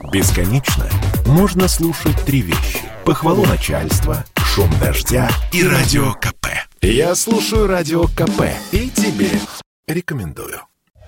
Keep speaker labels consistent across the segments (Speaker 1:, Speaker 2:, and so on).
Speaker 1: Бесконечно можно слушать три вещи: похвалу начальства, шум дождя и радио КП. Я слушаю радио КП и тебе рекомендую.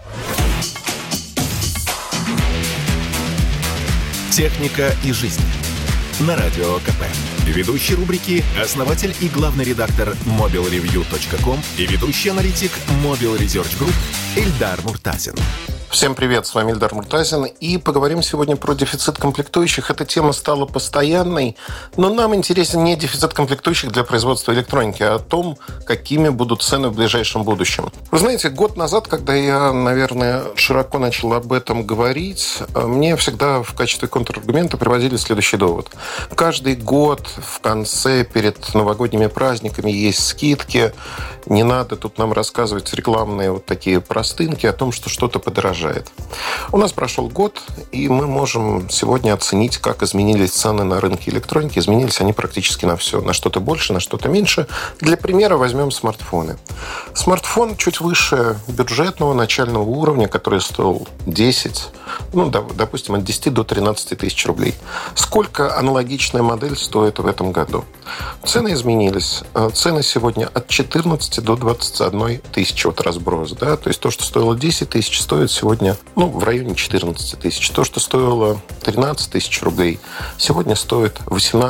Speaker 1: Техника и жизнь на радио КП. Ведущий рубрики — основатель и главный редактор mobilreview.com и ведущий аналитик Mobile Research Group Эльдар Муртазин.
Speaker 2: Всем привет, с вами Эльдар Муртазин. И поговорим сегодня про дефицит комплектующих. Эта тема стала постоянной, но нам интересен не дефицит комплектующих для производства электроники, а о том, какими будут цены в ближайшем будущем. Вы знаете, год назад, когда я, наверное, широко начал об этом говорить, мне всегда в качестве контраргумента приводили следующий довод. Каждый год в конце, перед новогодними праздниками, есть скидки. Не надо тут нам рассказывать рекламные вот такие простынки о том, что что-то подорожает. У нас прошел год, и мы можем сегодня оценить, как изменились цены на рынке электроники. Изменились они практически на все. На что-то больше, на что-то меньше. Для примера возьмем смартфоны. Смартфон чуть выше бюджетного начального уровня, который стоил 10, допустим, от 10 до 13 тысяч рублей. Сколько аналогичная модель стоит в этом году? Цены изменились. Цены сегодня от 14 до 21 тысячи, вот разброс. Да? То есть то, что стоило 10 тысяч, стоит сегодня в районе 14 тысяч. То, что стоило 13 тысяч рублей, сегодня стоит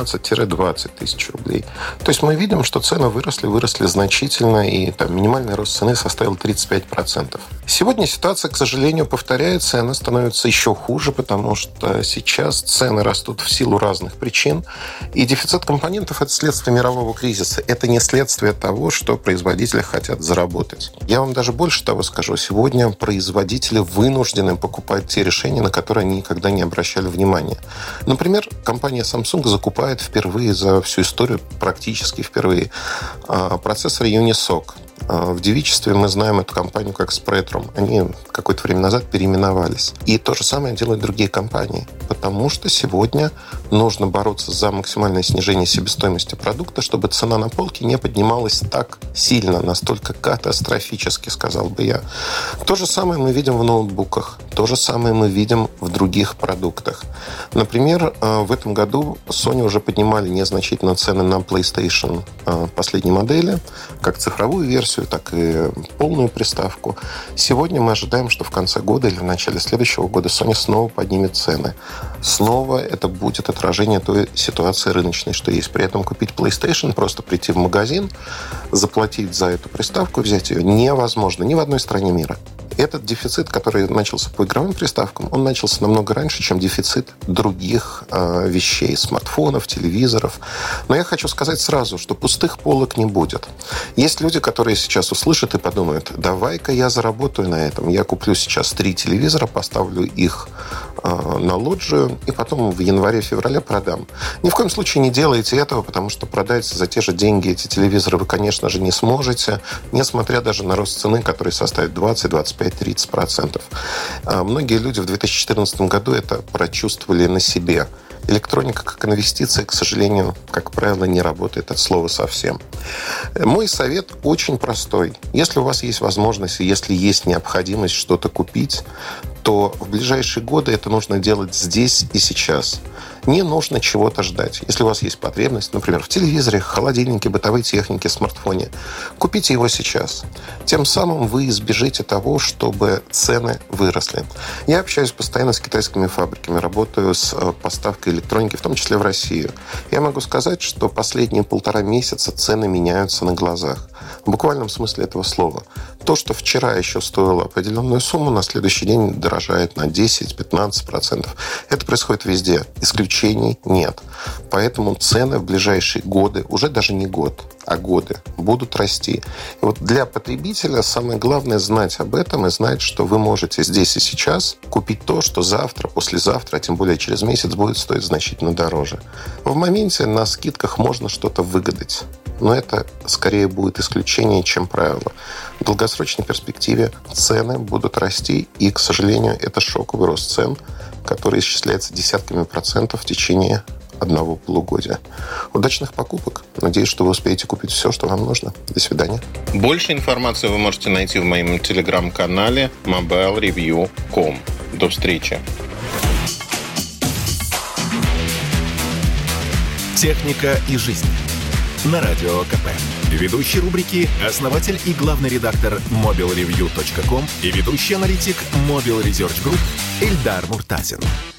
Speaker 2: 18-20 тысяч рублей. То есть мы видим, что цены выросли значительно, и там минимальный рост цены составил 35%. Сегодня ситуация, к сожалению, повторяется, и она становится еще хуже, потому что сейчас цены растут в силу разных причин, и дефицит компонентов – это следствие мирового кризиса. Это не следствие того, что производители хотят заработать. Я вам даже больше того скажу. Сегодня производители вынуждены покупать те решения, на которые они никогда не обращали внимания. Например, компания Samsung закупает впервые за всю историю, практически впервые, процессор Unisoc. В девичестве мы знаем эту компанию как Spreadtrum. Они какое-то время назад переименовались. И то же самое делают другие компании. Потому что сегодня нужно бороться за максимальное снижение себестоимости продукта, чтобы цена на полке не поднималась так сильно, настолько катастрофически, сказал бы я. То же самое мы видим в ноутбуках. То же самое мы видим в других продуктах. Например, в этом году Sony уже поднимали незначительно цены на PlayStation последней модели, как цифровую версию, так и полную приставку. Сегодня мы ожидаем, что в конце года или в начале следующего года Sony снова поднимет цены. Снова это будет отражение той ситуации рыночной, что есть. При этом купить PlayStation, просто прийти в магазин, заплатить за эту приставку, взять ее невозможно ни в одной стране мира. Этот дефицит, который начался по игровым приставкам, он начался намного раньше, чем дефицит других вещей, смартфонов, телевизоров. Но я хочу сказать сразу, что пустых полок не будет. Есть люди, которые сейчас услышат и подумают: давай-ка я заработаю на этом. Я куплю сейчас 3 телевизора, поставлю их на лоджию и потом в январе-феврале продам. Ни в коем случае не делайте этого, потому что продать за те же деньги эти телевизоры вы, конечно же, не сможете, несмотря даже на рост цены, который составит 20, 25, 30%. Многие люди в 2014 году это прочувствовали на себе. Электроника как инвестиция, к сожалению, как правило, не работает от слова совсем. Мой совет очень простой. Если у вас есть возможность, если есть необходимость что-то купить, то в ближайшие годы это нужно делать здесь и сейчас. Не нужно чего-то ждать. Если у вас есть потребность, например, в телевизоре, холодильнике, бытовой технике, смартфоне, купите его сейчас. Тем самым вы избежите того, чтобы цены выросли. Я общаюсь постоянно с китайскими фабриками, работаю с поставкой электроники, в том числе в Россию. Я могу сказать, что последние 1,5 месяца цены меняются на глазах. В буквальном смысле этого слова. То, что вчера еще стоило определенную сумму, на следующий день дорожает на 10-15%. Это происходит везде. Исключений нет. Поэтому цены в ближайшие годы, уже даже не год, а годы, будут расти. И вот для потребителя самое главное знать об этом и знать, что вы можете здесь и сейчас купить то, что завтра, послезавтра, а тем более через месяц будет стоить значительно дороже. В моменте на скидках можно что-то выгадать. Но это скорее будет исключение, чем правило. В долгосрочной перспективе цены будут расти, и, к сожалению, это шоковый рост цен, который исчисляется десятками процентов в течение одного полугодия. Удачных покупок. Надеюсь, что вы успеете купить все, что вам нужно. До свидания.
Speaker 3: Больше информации вы можете найти в моем телеграм-канале mobilreview.com. До встречи.
Speaker 1: Техника и жизнь. На Радио КП. Ведущий рубрики – основатель и главный редактор mobilreview.com и ведущий аналитик Mobile Research Group Эльдар Муртазин.